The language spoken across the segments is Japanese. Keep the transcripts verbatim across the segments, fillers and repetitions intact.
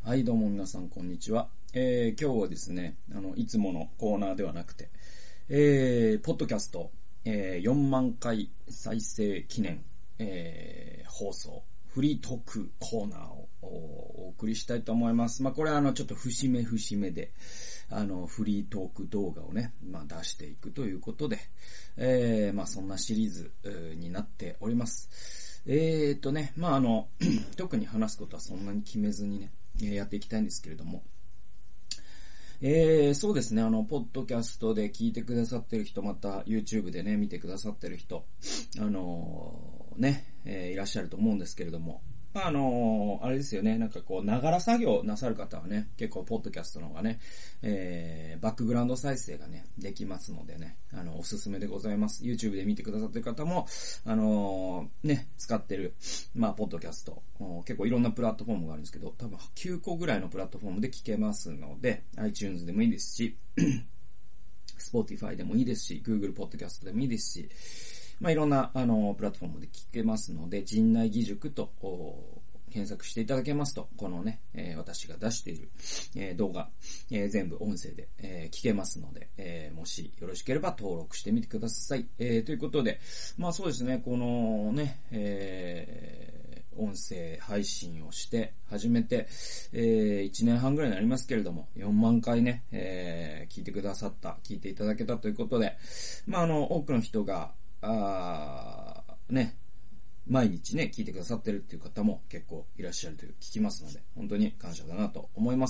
はい、どうも皆さんこんにちは。えー、今日はですね、あの、いつものコーナーではなくて、えー、ポッドキャスト、えー、よんまんかい再生記念、えー、放送、フリートークコーナーをお送りしたいと思います。まあ、これはあの、ちょっと節目節目で、あの、フリートーク動画をね、まあ、出していくということで、えー、まあ、そんなシリーズになっております。えーとね、まあ、あの、特に話すことはそんなに決めずにね、やっていきたいんですけれども、えー、そうですね、あの、ポッドキャストで聞いてくださってる人、また YouTube でね、見てくださってる人、あのー、ね、えー、いらっしゃると思うんですけれども、まあ、あのー、あれですよね、なんかこう、ながら作業なさる方はね、結構ポッドキャストの方がね、えー、バックグラウンド再生がね、できますのでね、あの、おすすめでございます。YouTube で見てくださってる方も、あのー、ね、使ってる、まあ、ポッドキャスト、結構いろんなプラットフォームがあるんですけど、多分きゅうこぐらいのプラットフォームで聞けますので、iTunes でもいいですし、Spotify でもいいですし、Google Podcast でもいいですし、まあ、いろんな、あの、プラットフォームで聞けますので、陣内義塾と、検索していただけますと、このね、えー、私が出している、えー、動画、えー、全部音声で、えー、聞けますので、えー、もしよろしければ登録してみてください。えー、ということで、まあそうですね、このね、えー、音声配信をして始めて、えー、いちねんはんぐらいになりますけれども、よんまんかいね、えー、聞いてくださった、聞いていただけたということで、まああの、多くの人が、あー、ね、毎日ね、聞いてくださってるっていう方も結構いらっしゃるという聞きますので、本当に感謝だなと思います。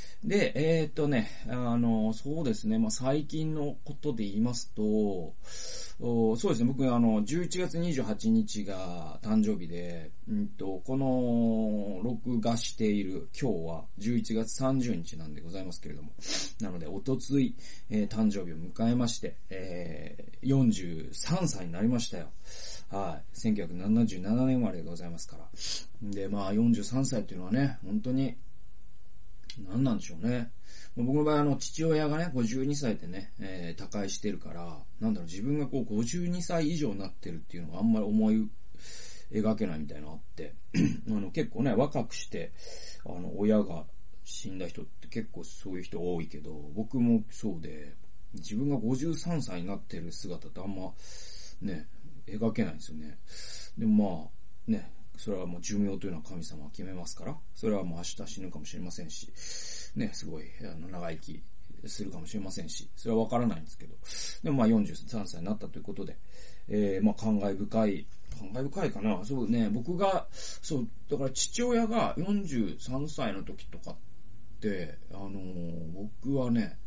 で、えーっとね、あの、そうですね、まあ、最近のことで言いますと、そうですね、僕あの、じゅういちがつにじゅうはちにちが誕生日で、うんと、この、録画している今日はじゅういちがつさんじゅうにちなんでございますけれども、なので、おとつい、えー、誕生日を迎えまして、えー、よんじゅうさんさいになりましたよ。はい。せんきゅうひゃくななじゅうななねん生まれでございますから。で、まあ、よんじゅうさんさいっていうのはね、本当に、何なんでしょうね。僕の場合、あの、父親がね、ごじゅうにさいでね、えー、他界してるから、なんだろう、自分がこう、ごじゅうにさい以上になってるっていうのがあんまり思い描けないみたいなのあって、あの、結構ね、若くして、あの、親が死んだ人って結構そういう人多いけど、僕もそうで、自分がごじゅうさんさいになってる姿ってあんま、ね、描けないんですよね。でもまあ、ね、それはもう寿命というのは神様が決めますから、それはもう明日死ぬかもしれませんし、ね、すごい、あの、長生きするかもしれませんし、それはわからないんですけど、でもまあよんじゅうさんさいになったということで、えー、まあ感慨深い、感慨深いかな、そうね、僕が、そう、だから父親がよんじゅうさんさいの時とかって、あのー、僕はね、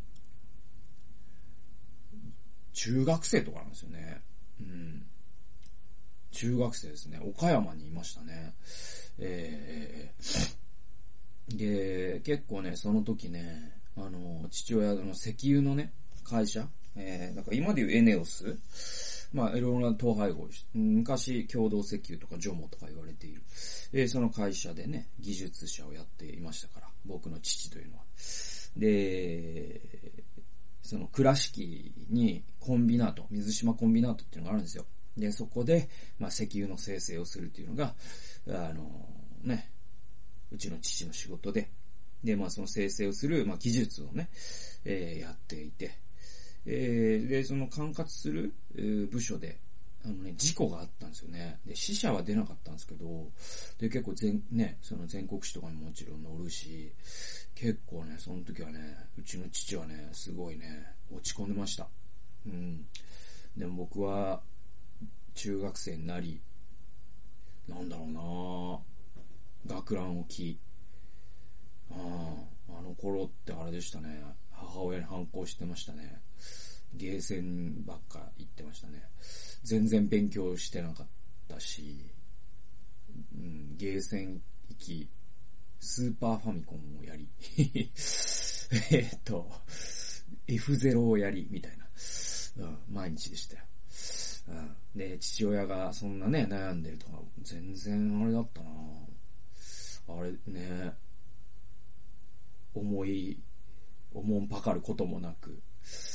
中学生とかなんですよね。うん。中学生ですね。岡山にいましたね。えー、で、結構ね、その時ね、あの、父親の石油のね、会社、えー、なんか今でいうエネオス、まあ、いろいろな統廃合し、昔、共同石油とかジョモとか言われている、えー、その会社でね、技術者をやっていましたから、僕の父というのは。で、その倉敷にコンビナート、水島コンビナートっていうのがあるんですよ。で、そこで、まあ、石油の生成をするっていうのが、あの、ね、うちの父の仕事で、で、まあ、その生成をする、まあ、技術をね、えー、やっていて、えー、で、その管轄する、えー、部署で、あのね、事故があったんですよね。で、死者は出なかったんですけど、で、結構全、ね、その全国紙とかにももちろん載るし、結構ね、その時はね、うちの父はね、すごいね、落ち込んでました。うん。でも僕は、中学生になり、なんだろうな学ランを着、ああ、あの頃ってあれでしたね。母親に反抗してましたね。ゲーセンばっか行ってましたね。全然勉強してなかったし、うん、ゲーセン行き、スーパーファミコンをやり、えっと、エフゼロ をやり、みたいな、うん、毎日でしたよ。うん、で、父親がそんなね、悩んでるとか、全然あれだったなあれね、思い、おもんぱかることもなく、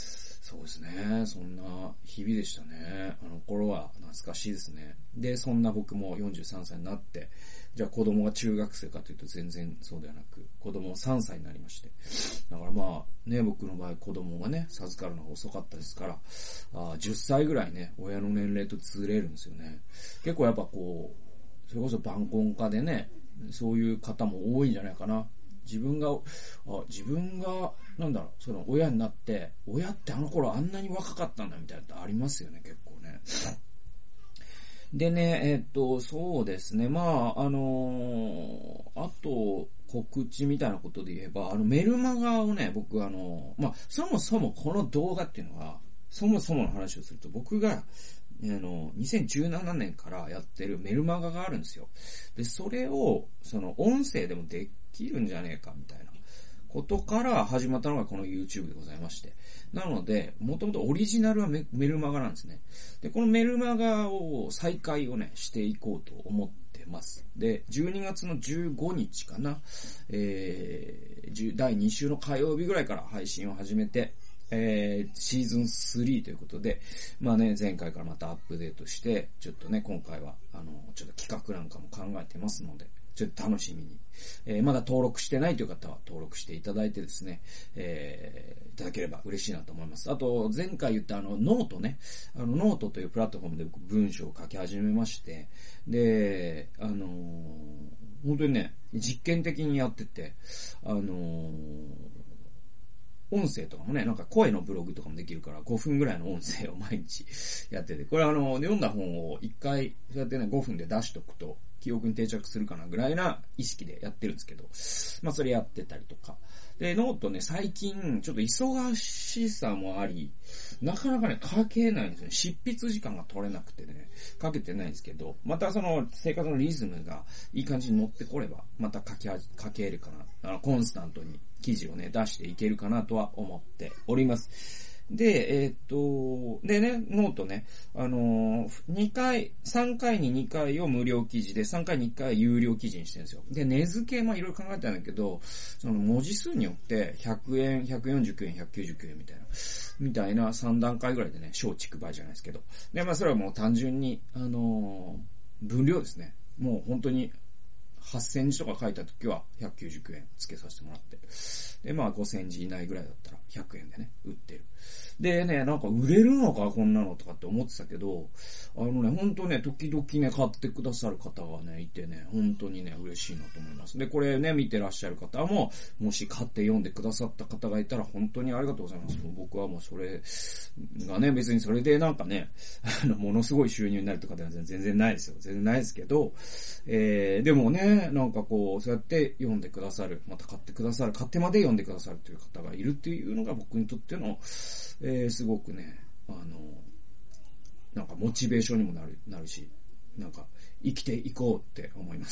そうですね。そんな日々でしたね。あの頃は懐かしいですね。で、そんな僕もよんじゅうさんさいになって、じゃあ子供が中学生かというと全然そうではなく、子供さんさいになりまして。だからまあ、ね、僕の場合子供がね、授かるのが遅かったですから、あじゅっさいぐらいね、親の年齢とずれるんですよね。結構やっぱこう、それこそ晩婚化でね、そういう方も多いんじゃないかな。自分が、あ、自分が、なんだろう、その親になって、親ってあの頃あんなに若かったんだみたいなのありますよね、結構ね。でね、えっと、そうですね、まあ、あのー、あと、告知みたいなことで言えば、あの、メルマガをね、僕あのー、まあ、そもそもこの動画っていうのは、そもそもの話をすると、僕が、あの、にせんじゅうななねんからやってるメルマガがあるんですよ。で、それを、その、音声でもできるんじゃねえか、みたいなことから始まったのがこの YouTube でございまして。なので、もともとオリジナルは メ, メルマガなんですね。で、このメルマガを再開をね、していこうと思ってます。で、じゅうにがつのじゅうごにちかな、えー、だいに週の火曜日ぐらいから配信を始めて、えー、シーズンスリーということで、まあね、前回からまたアップデートして、ちょっとね、今回は、あの、ちょっと企画なんかも考えてますので、ちょっと楽しみに。えー、まだ登録してないという方は登録していただいてですね、えー、いただければ嬉しいなと思います。あと、前回言ったあの、ノートね、あの、ノートというプラットフォームで僕文章を書き始めまして、で、あのー、本当にね、実験的にやってて、あのー、音声とかもね、なんか声のブログとかもできるからごふんぐらいの音声を毎日やってて、これあの、読んだ本をいっかい、そうやってね、ごふんで出しとくと、記憶に定着するかなぐらいな意識でやってるんですけど、まあそれやってたりとか。で、ノートね、最近、ちょっと忙しさもあり、なかなかね、書けないんですよね。執筆時間が取れなくてね、書けてないんですけど、またその生活のリズムがいい感じに乗ってこれば、また書きは、書けるかな。あの、コンスタントに記事をね、出していけるかなとは思っております。で、えー、っと、でね、ノートね、あのー、にかい、さんかいににかいを無料記事で、さんかいにいっかい有料記事にしてるんですよ。で、値付け、まあいろいろ考えたんだけど、その文字数によってひゃくえん、ひゃくよんじゅうきゅうえん、ひゃくきゅうじゅうきゅうえんみたいな、みたいなさんだんかいぐらいでね、小畜梅じゃないですけど。で、まあそれはもう単純に、あのー、分量ですね。もう本当に、はっせんじとか書いたときはひゃくきゅうじゅうきゅうえん付けさせてもらって。で、まあごせんじ以内ぐらいだったらひゃくえんでね、売ってる。でね、なんか売れるのかこんなのとかって思ってたけど、あのね、ほんとね、時々ね、買ってくださる方がね、いてね、本当にね、嬉しいなと思います。で、これね、見てらっしゃる方も、もし買って読んでくださった方がいたら本当にありがとうございます。僕はもうそれがね、別にそれでなんかね、あの、ものすごい収入になるとかでは全然ないですよ。全然ないですけど、えー、でもね、なんかこう、そうやって読んでくださる、また買ってくださる、買ってまで読んでくださるという方がいるっていうのが僕にとっての、えー、すごくね、あの、なんかモチベーションにもなる、なるし、なんか生きていこうって思います。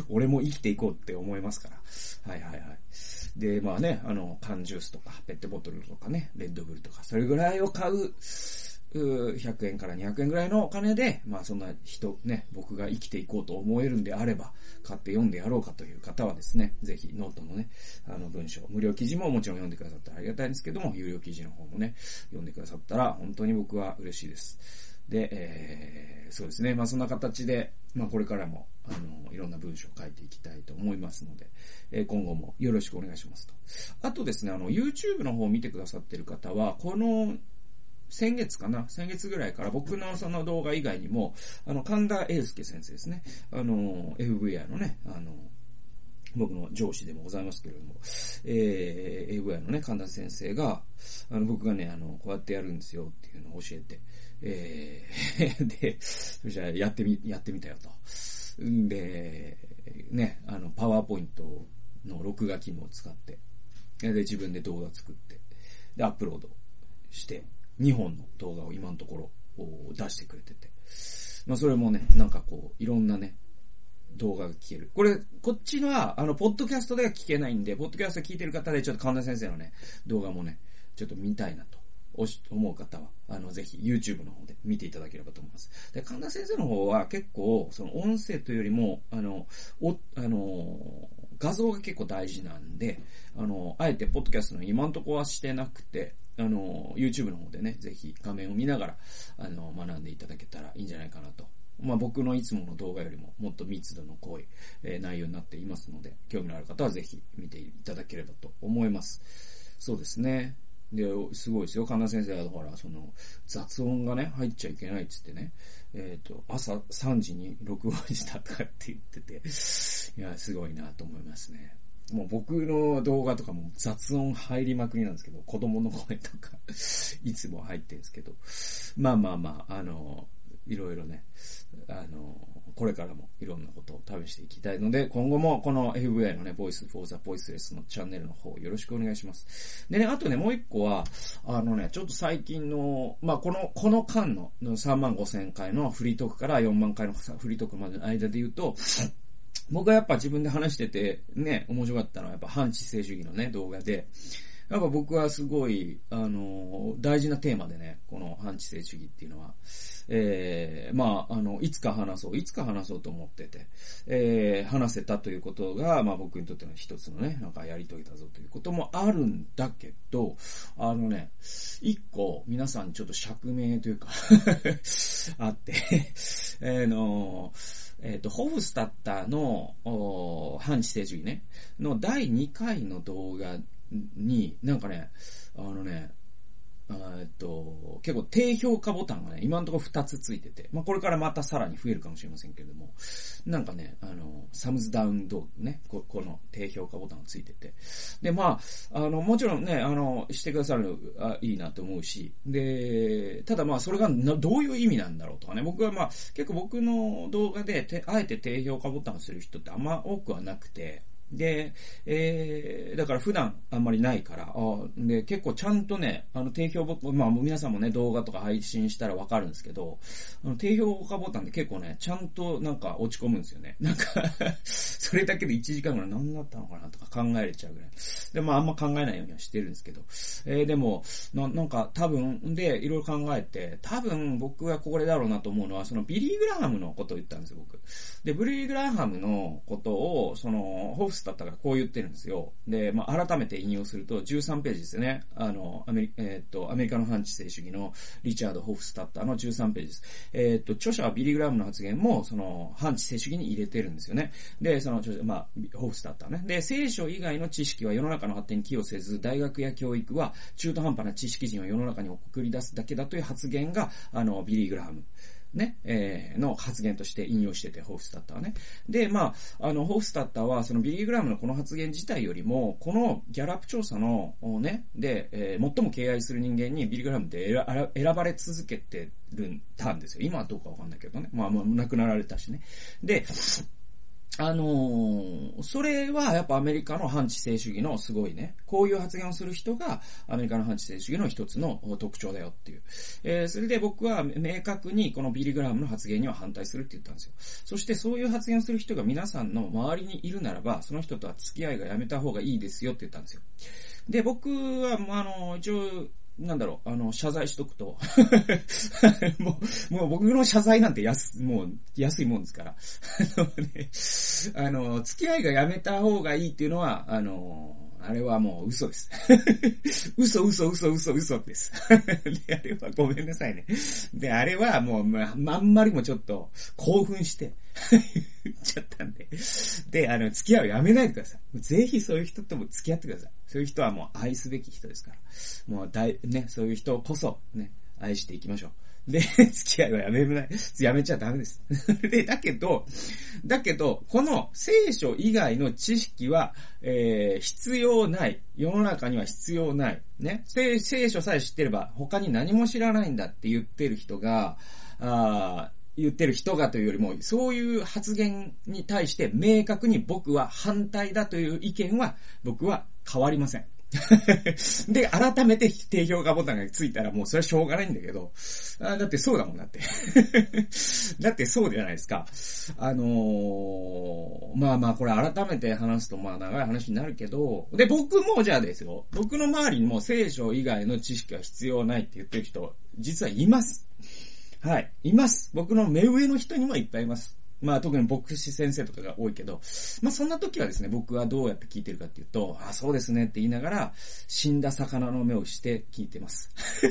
俺も生きていこうって思いますから。はいはいはい。で、まあね、あの、缶ジュースとか、ペットボトルとかね、レッドブルとか、それぐらいを買う、ひゃくえんからにひゃくえんぐらいのお金で、まあそんな人ね、僕が生きていこうと思えるんであれば、買って読んでやろうかという方はですね、ぜひノートのね、あの文章、無料記事ももちろん読んでくださったらありがたいんですけども、有料記事の方もね、読んでくださったら本当に僕は嬉しいです。で、えー、そうですね、まあそんな形で、まあこれからも、あの、いろんな文章を書いていきたいと思いますので、えー、今後もよろしくお願いしますと。あとですね、あの、YouTube の方を見てくださってる方は、この、先月かな先月ぐらいから僕のその動画以外にも、あの、神田英介先生ですね。あの、エフブイアイ のね、あの、僕の上司でもございますけれども、えー、エフブイアイ のね、神田先生が、あの、僕がね、あの、こうやってやるんですよっていうのを教えて、えー、で、それじゃあやってみ、やってみたよと。で、ね、あの、パワーポイントの録画機能を使って、で、自分で動画作って、で、アップロードして、にほんの動画を今のところ出してくれてて。まあそれもね、なんかこう、いろんなね、動画が聞ける。これ、こっちのは、あの、ポッドキャストでは聞けないんで、ポッドキャスト聞いてる方でちょっと神田先生のね、動画もね、ちょっと見たいなと。思う方は、あの、ぜひ YouTube の方で見ていただければと思います。で、神田先生の方は結構、その音声というよりも、あの、お、あの、画像が結構大事なんで、あの、あえてポッドキャストの今のところはしてなくて、 あの、YouTube の方でね、ぜひ画面を見ながら、あの、学んでいただけたらいいんじゃないかなと。まあ僕のいつもの動画よりももっと密度の濃い、えー、内容になっていますので、興味のある方はぜひ見ていただければと思います。そうですね。で、すごいですよ。神田先生は、ほら、その、雑音がね、入っちゃいけないっつってね、えっと、朝さんじに録音したとかって言ってて、いや、すごいなと思いますね。もう僕の動画とかも雑音入りまくりなんですけど、子供の声とか、いつも入ってるんですけど、まあまあまあ、あの、いろいろね、あの、これからもいろんなことを試していきたいので、今後もこの エフブイアイ のね、Voice for the Voiceless のチャンネルの方よろしくお願いします。でね、あとね、もう一個は、あのね、ちょっと最近の、まあ、この、この間のさんまんごせんかいのフリートークからよんまんかいのフリートークまでの間で言うと、僕はやっぱ自分で話してて、ね、面白かったのはやっぱ反知性主義のね、動画で、やっぱ僕はすごい、あの、大事なテーマでね、この反知性主義っていうのは、えー、まあ、あの、いつか話そう、いつか話そうと思ってて、えー、話せたということが、まあ僕にとっての一つのね、なんかやり遂げたぞということもあるんだけど、あのね、一個皆さんにちょっと釈明というか、あって、えーの、えっと、ホフスタッターの、反知性主義ね、のだいにかいの動画に、なんかね、あのね、えっと、結構低評価ボタンがね、今のところふたつついてて、まあ、これからまたさらに増えるかもしれませんけれども、なんかね、あの、サムズダウンドね、こ, この低評価ボタンがついてて、で、まあ、あの、もちろんね、あの、してくださるのあいいなと思うし、で、ただまあ、それがなどういう意味なんだろうとかね、僕はまあ、結構僕の動画で、てあえて低評価ボタンをする人ってあんま多くはなくて、で、えー、だから普段あんまりないから、あで、結構ちゃんとね、あの、低評ボタン、まあ皆さんもね、動画とか配信したらわかるんですけど、あの、低評価ボタンって結構ね、ちゃんとなんか落ち込むんですよね。なんかそれだけでいちじかんぐらい何だったのかなとか考えれちゃうぐらい。で、まああんま考えないようにはしてるんですけど、えー、でも、な、なんか多分、で、いろいろ考えて、多分僕はこれだろうなと思うのは、そのビリー・グラハムのことを言ったんですよ、僕。で、ビリー・グラハムのことを、その、ホフスだったからこう言ってるんですよ。で、まあ、改めて引用すると、じゅうさんページですよね。あの、アメリ、えー、っと、アメリカの反知性主義のリチャード・ホフスタッターのじゅうさんページです。えー、っと、著者はビリー・グラハムの発言も、その、反知性主義に入れてるんですよね。で、その、まあ、ホフスタッターね。で、聖書以外の知識は世の中の発展に寄与せず、大学や教育は中途半端な知識人を世の中に送り出すだけだという発言が、あの、ビリー・グラハム。ね、えー、の発言として引用してて、ホフスタッターはね。で、まあ、あの、ホフスタッターは、そのビリー・グラハムのこの発言自体よりも、このギャラップ調査の、ね、で、えー、最も敬愛する人間にビリー・グラハムって選ばれ続けてるんたんですよ。今はどうかわかんないけどね。まあ、もう亡くなられたしね。で、あのー、それはやっぱアメリカの反知性主義のすごいね、こういう発言をする人がアメリカの反知性主義の一つの特徴だよっていう。えー、それで僕は明確にこのビリー・グラハムの発言には反対するって言ったんですよ。そしてそういう発言をする人が皆さんの周りにいるならば、その人とは付き合いがやめた方がいいですよって言ったんですよ。で、僕は、あの、一応、なんだろう、あの、謝罪しとくと、もう、もう僕の謝罪なんて安、もう安いもんですから。あのね、あの、付き合いがやめた方がいいっていうのは、あの、あれはもう嘘です。嘘嘘嘘嘘嘘です。で、あれはごめんなさいね。で、あれはもう、ま、まんまりもちょっと興奮して言っちゃったんで。で、あの、付き合いをやめないでください。ぜひそういう人とも付き合ってください。そういう人はもう愛すべき人ですから。もう大、ね、そういう人こそ、ね、愛していきましょう。で、付き合いはやめない。やめちゃダメです。で、だけど、だけど、この聖書以外の知識は、えー、必要ない。世の中には必要ない。ね。聖書さえ知ってれば、他に何も知らないんだって言ってる人が、あ言ってる人がというよりも、そういう発言に対して明確に僕は反対だという意見は、僕は変わりません。で、改めて低評価ボタンがついたらもうそれはしょうがないんだけど、あだってそうだもんだって。だってそうじゃないですか。あのー、まあまあこれ改めて話すとまあ長い話になるけど、で、僕もじゃあですよ、僕の周りにも聖書以外の知識は必要ないって言ってる人、実はいます。はい。います。僕の目上の人にもいっぱいいます。 まあ特に牧師先生とかが多いけど、まあそんな時はですね、僕はどうやって聞いてるかっていうと、あ、そうですねって言いながら、死んだ魚の目をして聞いてます。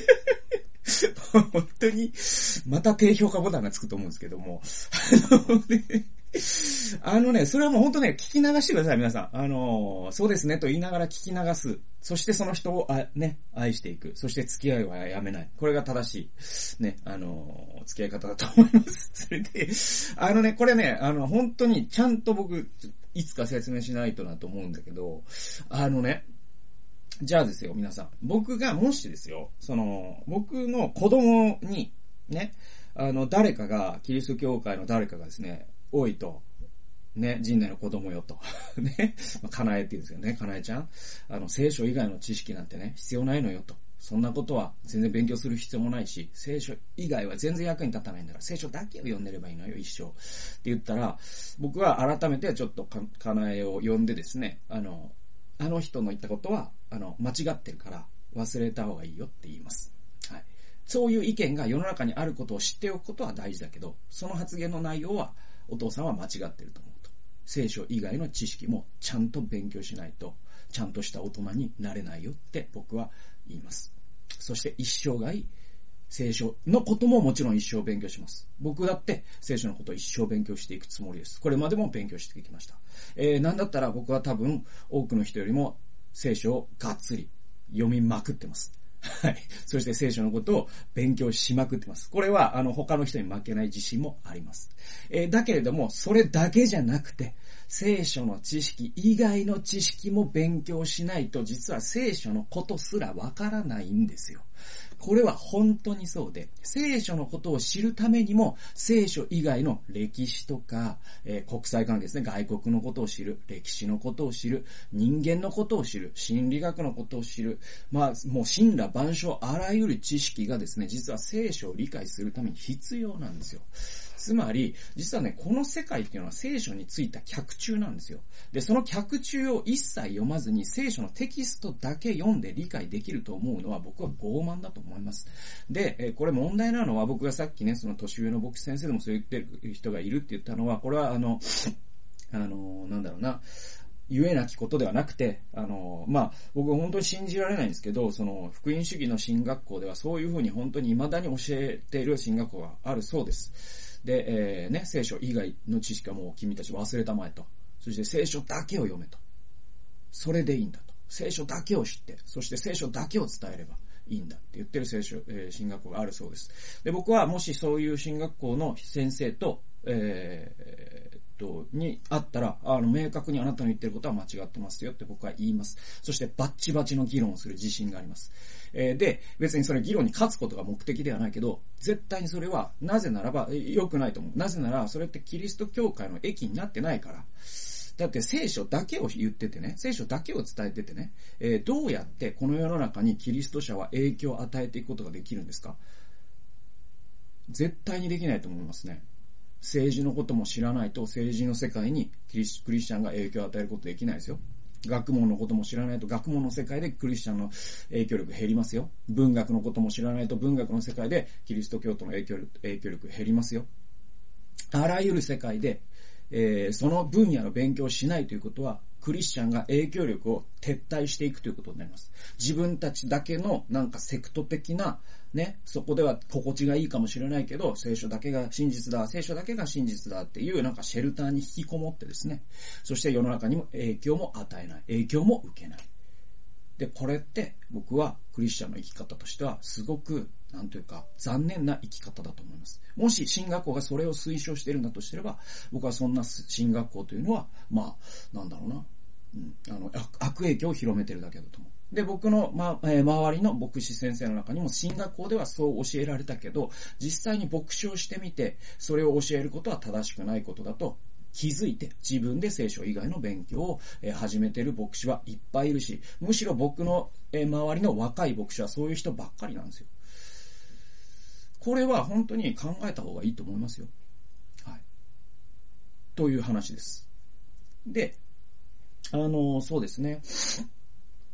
本当に、また低評価ボタンがつくと思うんですけども、あのね、あのね、それはもう本当ね、聞き流してください、皆さん。あのー、そうですねと言いながら聞き流す。そしてその人をあ、ね、愛していく。そして付き合いはやめない。これが正しい、ね、あのー、付き合い方だと思います。それで、あのね、これね、あの、本当にちゃんと僕、いつか説明しないとなと思うんだけど、あのね、じゃあですよ、皆さん。僕がもしですよ、その、僕の子供に、ね、あの、誰かが、キリスト教会の誰かがですね、多いと、ね、陣内の子供よと。ね、まあ、かなえって言うんですよね、かなえちゃん。あの、聖書以外の知識なんてね、必要ないのよと。そんなことは全然勉強する必要もないし、聖書以外は全然役に立たないんだから、聖書だけを読んでればいいのよ、一生。って言ったら、僕は改めてちょっとか、かなえを呼んでですね、あの、あの人の言ったことは、あの、間違ってるから忘れた方がいいよって言います。はい。そういう意見が世の中にあることを知っておくことは大事だけど、その発言の内容は、お父さんは間違ってると思うと。聖書以外の知識もちゃんと勉強しないと、ちゃんとした大人になれないよって僕は言います。そして一生涯、聖書のことももちろん一生勉強します。僕だって聖書のことを一生勉強していくつもりです。これまでも勉強してきました。えー、なんだったら僕は多分多くの人よりも聖書をがっつり読みまくってます。はい。そして聖書のことを勉強しまくってます。これは、あの、他の人に負けない自信もあります。えー、だけれども、それだけじゃなくて、聖書の知識以外の知識も勉強しないと、実は聖書のことすらわからないんですよ。これは本当にそうで、聖書のことを知るためにも、聖書以外の歴史とか、えー、国際関係ですね、外国のことを知る、歴史のことを知る、人間のことを知る、心理学のことを知る、まあ、もう神羅万象、あらゆる知識がですね、実は聖書を理解するために必要なんですよ。つまり、実はね、この世界っていうのは聖書についた脚注なんですよ。で、その脚注を一切読まずに聖書のテキストだけ読んで理解できると思うのは僕は傲慢だと思います。で、これ問題なのは僕がさっきね、その年上の牧師先生でもそう言ってる人がいるって言ったのは、これはあの、あの、なんだろうな、言えなきことではなくて、あの、まあ、僕は本当に信じられないんですけど、その、福音主義の神学校ではそういうふうに本当に未だに教えている神学校があるそうです。で、えー、ね、聖書以外の知識はもう君たち忘れたまえと。そして聖書だけを読めと。それでいいんだと。聖書だけを知って、そして聖書だけを伝えればいいんだって言ってる聖書、えー、神学校があるそうです。で、僕はもしそういう神学校の先生と、えー、と、にあったら、あの、明確にあなたの言ってることは間違ってますよって僕は言います。そしてバッチバチの議論をする自信があります。えー、で、別にそれ議論に勝つことが目的ではないけど、絶対にそれは、なぜならば、良くないと思う。なぜなら、それってキリスト教会の益になってないから。だって聖書だけを言っててね、聖書だけを伝えててね、えー、どうやってこの世の中にキリスト者は影響を与えていくことができるんですか？絶対にできないと思いますね。政治のことも知らないと政治の世界にクリス、クリスチャンが影響を与えることできないですよ。学問のことも知らないと学問の世界でクリスチャンの影響力減りますよ。文学のことも知らないと文学の世界でキリスト教徒の影響力、影響力減りますよ。あらゆる世界で、えー、その分野の勉強をしないということはクリスチャンが影響力を撤退していくということになります。自分たちだけのなんかセクト的なね、そこでは心地がいいかもしれないけど、聖書だけが真実だ、聖書だけが真実だっていうなんかシェルターに引きこもってですね、そして世の中にも影響も与えない、影響も受けない。で、これって僕はクリスチャンの生き方としてはすごくなんというか残念な生き方だと思います。もし神学校がそれを推奨しているんだとすれば、僕はそんな神学校というのはまあなんだろうな、うん、あの悪影響を広めているだけだと思う。で、僕の、まえー、周りの牧師先生の中にも神学校ではそう教えられたけど、実際に牧師をしてみてそれを教えることは正しくないことだと気づいて自分で聖書以外の勉強を始めている牧師はいっぱいいるし、むしろ僕の周りの若い牧師はそういう人ばっかりなんですよ。これは本当に考えた方がいいと思いますよ。はい。という話です。で、あの、そうですね。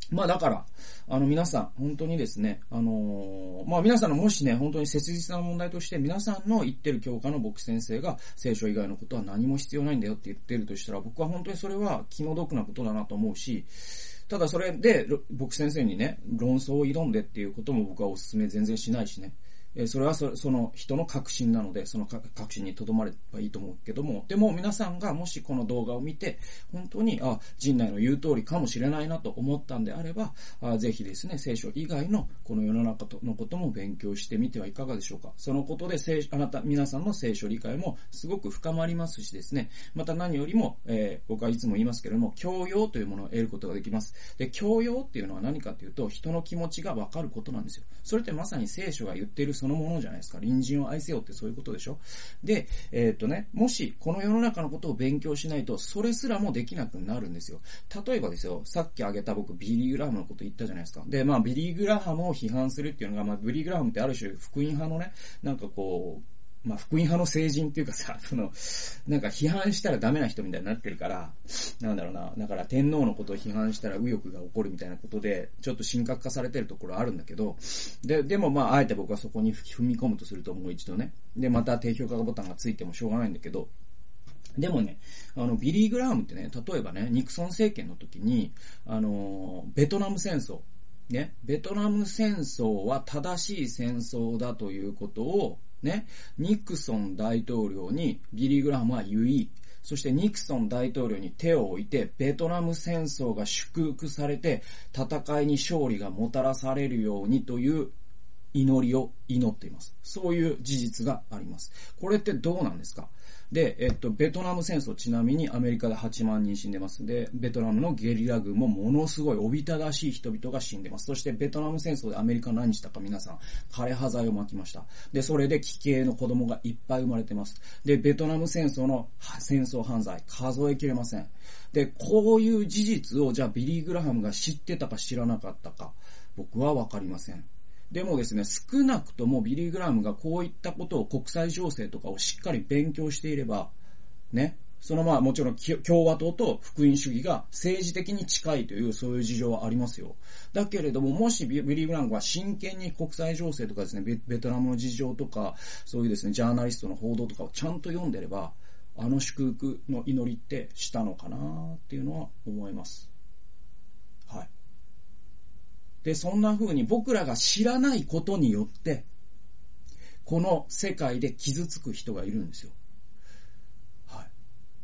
まあだから、あの皆さん、本当にですね、あのー、まあ皆さんのもしね、本当に切実な問題として、皆さんの言ってる教科の牧師先生が聖書以外のことは何も必要ないんだよって言ってるとしたら、僕は本当にそれは気の毒なことだなと思うし、ただそれで、牧師先生にね、論争を挑んでっていうことも僕はお勧め全然しないしね。それはその人の確信なので、その確信にとどまればいいと思うけども、でも皆さんがもしこの動画を見て、本当に、あ、陣内の言う通りかもしれないなと思ったんであれば、あぜひですね、聖書以外のこの世の中のことも勉強してみてはいかがでしょうか。そのことで、あなた、皆さんの聖書理解もすごく深まりますしですね、また何よりも、えー、僕はいつも言いますけれども、教養というものを得ることができます。で、教養っていうのは何かというと、人の気持ちがわかることなんですよ。それってまさに聖書が言っているそのものじゃないですか。隣人を愛せよってそういうことでしょ。で、えー、っとね、もしこの世の中のことを勉強しないと、それすらもできなくなるんですよ。例えばですよ、さっき挙げた僕ビリー・グラハムのこと言ったじゃないですか。で、まあビリー・グラハムを批判するっていうのが、まあビリー・グラハムってある種福音派のね、なんかこう、まあ、福音派の聖人っていうかさ、その、なんか批判したらダメな人みたいになってるから、なんだろうな、だから天皇のことを批判したら右翼が起こるみたいなことで、ちょっと神格化されてるところあるんだけど、で、でもまあ、あえて僕はそこに踏み込むとするともう一度ね、で、また低評価ボタンがついてもしょうがないんだけど、でもね、あの、ビリー・グラハムってね、例えばね、ニクソン政権の時に、あの、ベトナム戦争、ね、ベトナム戦争は正しい戦争だということを、ね、ニクソン大統領にビリー・グラハムは言い、そしてニクソン大統領に手を置いて、ベトナム戦争が祝福されて、戦いに勝利がもたらされるようにという祈りを祈っています。そういう事実があります。これってどうなんですか？で、えっと、ベトナム戦争、ちなみにアメリカではちまんにん死んでますんで、ベトナムのゲリラ軍もものすごいおびただしい人々が死んでます。そしてベトナム戦争でアメリカ何したか皆さん、枯葉剤をまきました。で、それで奇形の子供がいっぱい生まれてます。で、ベトナム戦争の戦争犯罪、数えきれません。で、こういう事実を、じゃあビリー・グラハムが知ってたか知らなかったか、僕はわかりません。でもですね、少なくともビリー・グラハムがこういったことを国際情勢とかをしっかり勉強していれば、ね、そのまあもちろん共和党と福音主義が政治的に近いというそういう事情はありますよ。だけれども、もしビリー・グラハムが真剣に国際情勢とかですね、ベ、ベトナムの事情とか、そういうですね、ジャーナリストの報道とかをちゃんと読んでれば、あの祝福の祈りってしたのかなっていうのは思います。はい。で、そんな風に僕らが知らないことによって、この世界で傷つく人がいるんですよ。はい。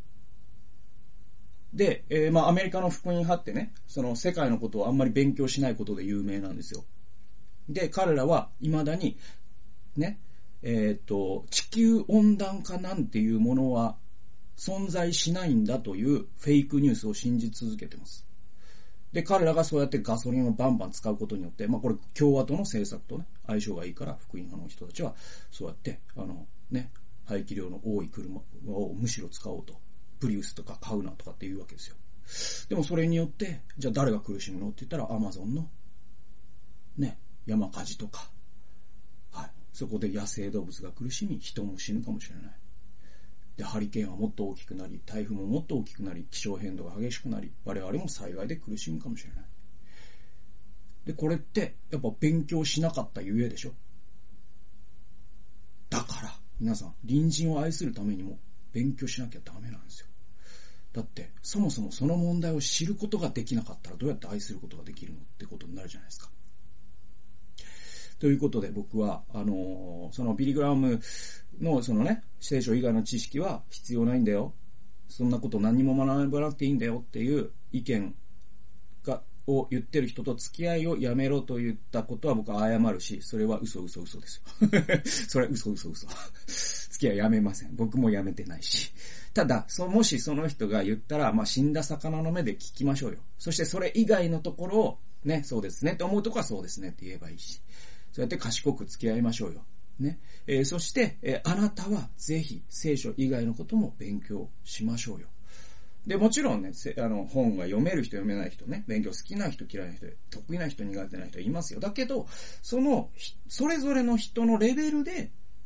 で、えー、まあアメリカの福音派ってね、その世界のことをあんまり勉強しないことで有名なんですよ。で、彼らは未だに、ね、えっと、地球温暖化なんていうものは存在しないんだというフェイクニュースを信じ続けてます。で、彼らがそうやってガソリンをバンバン使うことによって、まあこれ共和党の政策とね、相性がいいから福音派の人たちは、そうやって、あの、ね、排気量の多い車をむしろ使おうと。プリウスとか買うなとかって言うわけですよ。でもそれによって、じゃあ誰が苦しむのって言ったらアマゾンの、ね、山火事とか、はい。そこで野生動物が苦しみ、人も死ぬかもしれない。で、ハリケーンはもっと大きくなり、台風ももっと大きくなり、気象変動が激しくなり、我々も災害で苦しむかもしれない。で、これって、やっぱ勉強しなかったゆえでしょ。だから、皆さん、隣人を愛するためにも、勉強しなきゃダメなんですよ。だって、そもそもその問題を知ることができなかったら、どうやって愛することができるのってことになるじゃないですか。ということで僕は、あのー、そのビリー・グラハムのそのね、聖書以外の知識は必要ないんだよ。そんなこと何も学ばなくていいんだよっていう意見が、を言ってる人と付き合いをやめろと言ったことは僕は謝るし、それは嘘嘘嘘ですよ。それは嘘嘘嘘。付き合いやめません。僕もやめてないし。ただ、そもしその人が言ったら、まあ、死んだ魚の目で聞きましょうよ。そしてそれ以外のところを、ね、そうですねって思うところはそうですねって言えばいいし。そうやって賢く付き合いましょうよ。ね。えー、そして、えー、あなたはぜひ聖書以外のことも勉強しましょうよ。で、もちろんね、あの、本が読める人読めない人ね、勉強好きな人嫌いな人、得意な人苦手な人いますよ。だけど、その、それぞれの人のレベルで、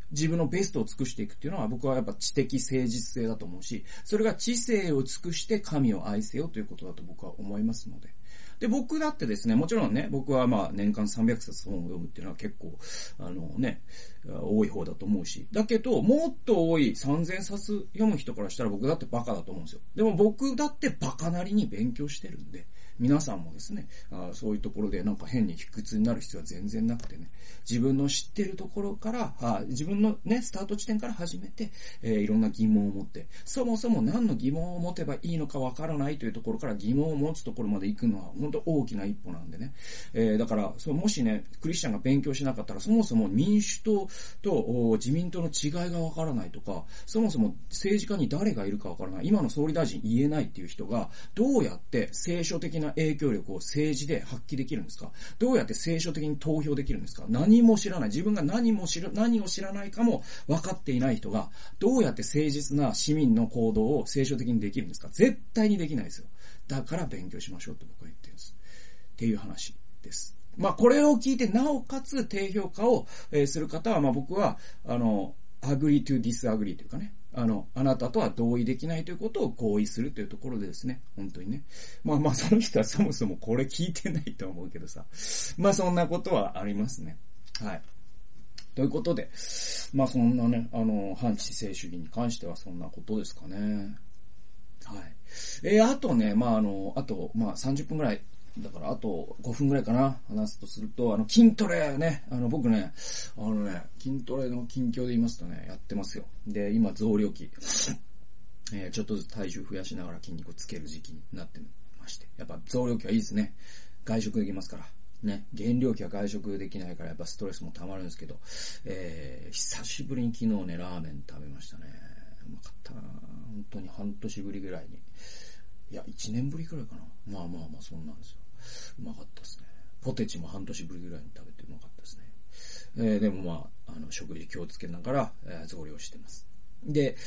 自分のベストを尽くしていくっていうのは僕はやっぱ知的誠実性だと思うし、それが知性を尽くして神を愛せよということだと僕は思いますので。で、僕だってですね、もちろんね、僕はまあ年間さんびゃくさつ本を読むっていうのは結構、あのね、多い方だと思うし。だけど、もっと多いさんぜんさつ読む人からしたら僕だってバカだと思うんですよ。でも僕だってバカなりに勉強してるんで、皆さんもですね、あそういうところでなんか変に卑屈になる必要は全然なくてね、自分の知ってるところから、あ自分のね、スタート地点から始めて、えー、いろんな疑問を持って、そもそも何の疑問を持てばいいのかわからないというところから疑問を持つところまで行くのは本当大きな一歩なんでね。えー、だから、そうもしね、クリスチャンが勉強しなかったら、そもそも民主党と自民党の違いがわからないとか、そもそも政治家に誰がいるかわからない、今の総理大臣言えないっていう人が、どうやって聖書的な影響力を政治で発揮できるんですか？どうやって聖書的に投票できるんですか？何も知らない。自分が何も知る、何を知らないかも分かっていない人が、どうやって誠実な市民の行動を聖書的にできるんですか？絶対にできないですよ。だから勉強しましょうと僕は言ってるんです。っていう話です。まあこれを聞いて、なおかつ低評価を、えー、する方は、まあ僕は、あの、agree to disagree というかね、あの、あなたとは同意できないということを合意するというところでですね、本当にね。まあまあ、その人はそもそもこれ聞いてないと思うけどさ。まあそんなことはありますね。はい。ということで、まあそんなね、あの、反知性主義に関してはそんなことですかね。はい。えー、あとね、まああの、あと、まあさんじゅっぷんぐらい、だからあとごふんぐらいかな、話すとすると、あの、筋トレね、あの、僕ね、あのね、筋トレの近況で言いますとね、やってますよ。で、今増量期、えー、ちょっとずつ体重増やしながら筋肉をつける時期になってまして、やっぱ増量期はいいですね。外食できますから。ね、減量期は外食できないからやっぱストレスも溜まるんですけど、えー、久しぶりに昨日ね、ラーメン食べましたね。うまかったな本当に半年ぶりぐらいに。いや、一年ぶりくらいかな。まあまあまあ、そんなんですよ。うまかったですね。ポテチも半年ぶりぐらいに食べてうまかったですね。えー、でもまあ、あの、食事気をつけながら、えー、増量してます。で、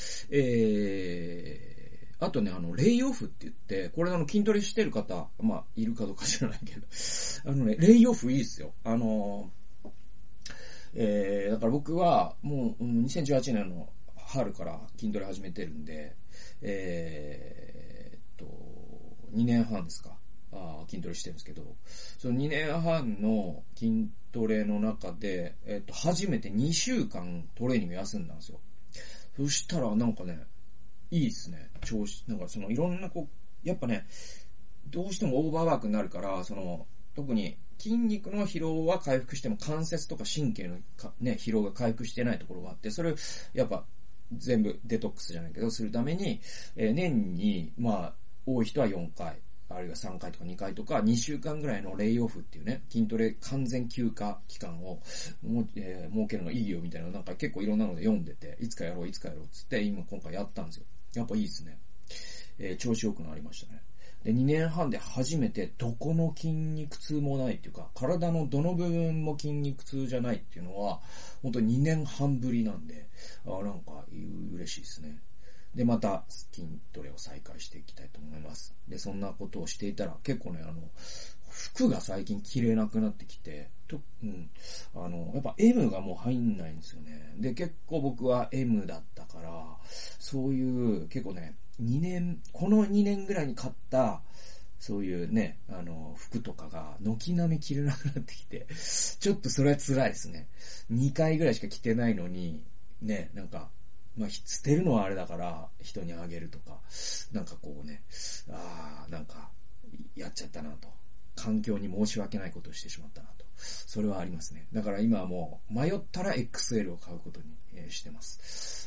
えー、あとね、あの、レイオフって言って、これあの、筋トレしてる方、まあ、いるかどうか知らないけど、あのね、レイオフいいですよ。あのー、えー、だから僕は、もう、にせんじゅうはちねんの春から筋トレ始めてるんで、えーっと、にねんはんですか。あ筋トレしてるんですけど、そのにねんはんの筋トレの中で、えっと、初めてにしゅうかんトレーニング休んだんですよ。そしたらなんかね、いいですね。調子、なんかそのいろんなこう、やっぱね、どうしてもオーバーワークになるから、その、特に筋肉の疲労は回復しても関節とか神経のか、ね、疲労が回復してないところがあって、それをやっぱ全部デトックスじゃないけど、するために、えー、年に、まあ、多い人はよんかい。あるいはさんかいとかにかいとかにしゅうかんぐらいのレイオフっていうね、筋トレ完全休暇期間をも、えー、設けるのいいよみたいな、なんか結構いろんなので読んでて、いつかやろういつかやろうっつって今今回やったんですよ。やっぱいいですね。えー、調子良くなりましたね。で、にねんはんで初めてどこの筋肉痛もないっていうか、体のどの部分も筋肉痛じゃないっていうのは、本当ににねんはんぶりなんで、あなんか嬉しいですね。で、また筋トレを再開していきたいと思います。で、そんなことをしていたら、結構ね、あの、服が最近着れなくなってきて、と、うん、あの、やっぱ エム がもう入んないんですよね。で、結構僕は エム だったから、そういう、結構ね、にねん、このにねんぐらいに買った、そういうね、あの、服とかが、軒並み着れなくなってきて、ちょっとそれは辛いですね。にかいぐらいしか着てないのに、ね、なんか、まあ、捨てるのはあれだから、人にあげるとか、なんかこうね、あー、なんか、やっちゃったなと。環境に申し訳ないことをしてしまったなと。それはありますね。だから今はもう、迷ったら エックスエル を買うことにしてます。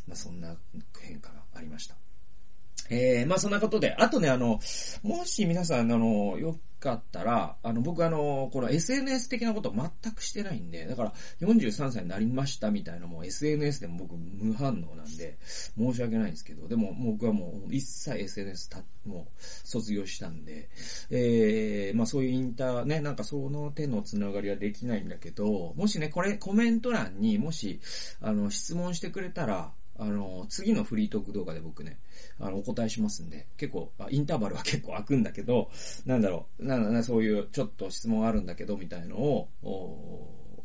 まあ、そんな変化がありました。えー、まあそんなことで、あとね、あの、もし皆さん、あの、よかったら、あの、僕あの、この エスエヌエス 的なこと全くしてないんで、だからよんじゅうさんさいになりましたみたいなもう エスエヌエス でも僕無反応なんで、申し訳ないんですけど、でも僕はもう一切 エスエヌエス た、もう卒業したんで、えー、まあそういうインターね、なんかその手のつながりはできないんだけど、もしね、これコメント欄にもし、あの、質問してくれたら、あの、次のフリートーク動画で僕ね、あの、お答えしますんで、結構、インターバルは結構空くんだけど、なんだろう、なんだそういうちょっと質問あるんだけど、みたいのを、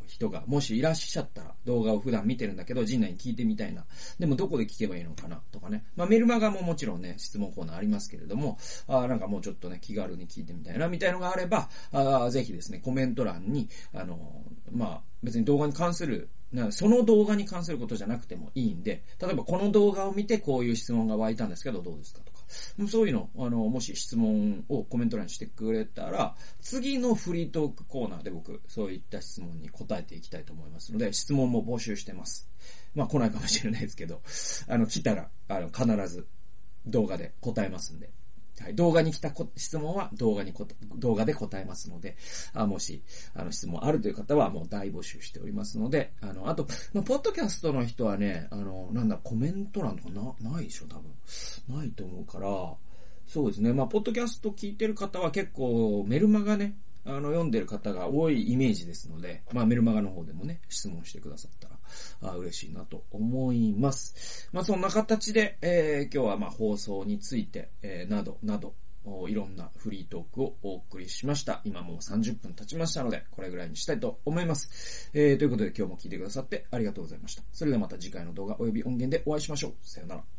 人がもしいらっしゃったら、動画を普段見てるんだけど、陣内に聞いてみたいな。でもどこで聞けばいいのかなとかね。まあメルマガももちろんね、質問コーナーありますけれども、あなんかもうちょっとね、気軽に聞いてみたいな、みたいのがあれば、あぜひですね、コメント欄に、あの、まあ別に動画に関する、その動画に関することじゃなくてもいいんで、例えばこの動画を見てこういう質問が湧いたんですけどどうですかとか、そういうの、あの、もし質問をコメント欄にしてくれたら、次のフリートークコーナーで僕、そういった質問に答えていきたいと思いますので、質問も募集してます。まあ来ないかもしれないですけど、あの、来たら、あの、必ず動画で答えますんで。はい、動画に来た質問は動画にこ動画で答えますので、あもしあの質問あるという方はもう大募集しておりますので、あのあとまあ、ポッドキャストの人はね、あのなんだコメント欄とかなないでしょ多分ないと思うから、そうですね。まあポッドキャスト聞いてる方は結構メルマガね。あの、読んでる方が多いイメージですので、まあ、メルマガの方でもね、質問してくださったら、あ嬉しいなと思います。まあ、そんな形で、えー、今日はまあ、放送について、えー、など、など、いろんなフリートークをお送りしました。今もうさんじゅっぷん経ちましたので、これぐらいにしたいと思います。えー、ということで今日も聞いてくださってありがとうございました。それではまた次回の動画及び音源でお会いしましょう。さよなら。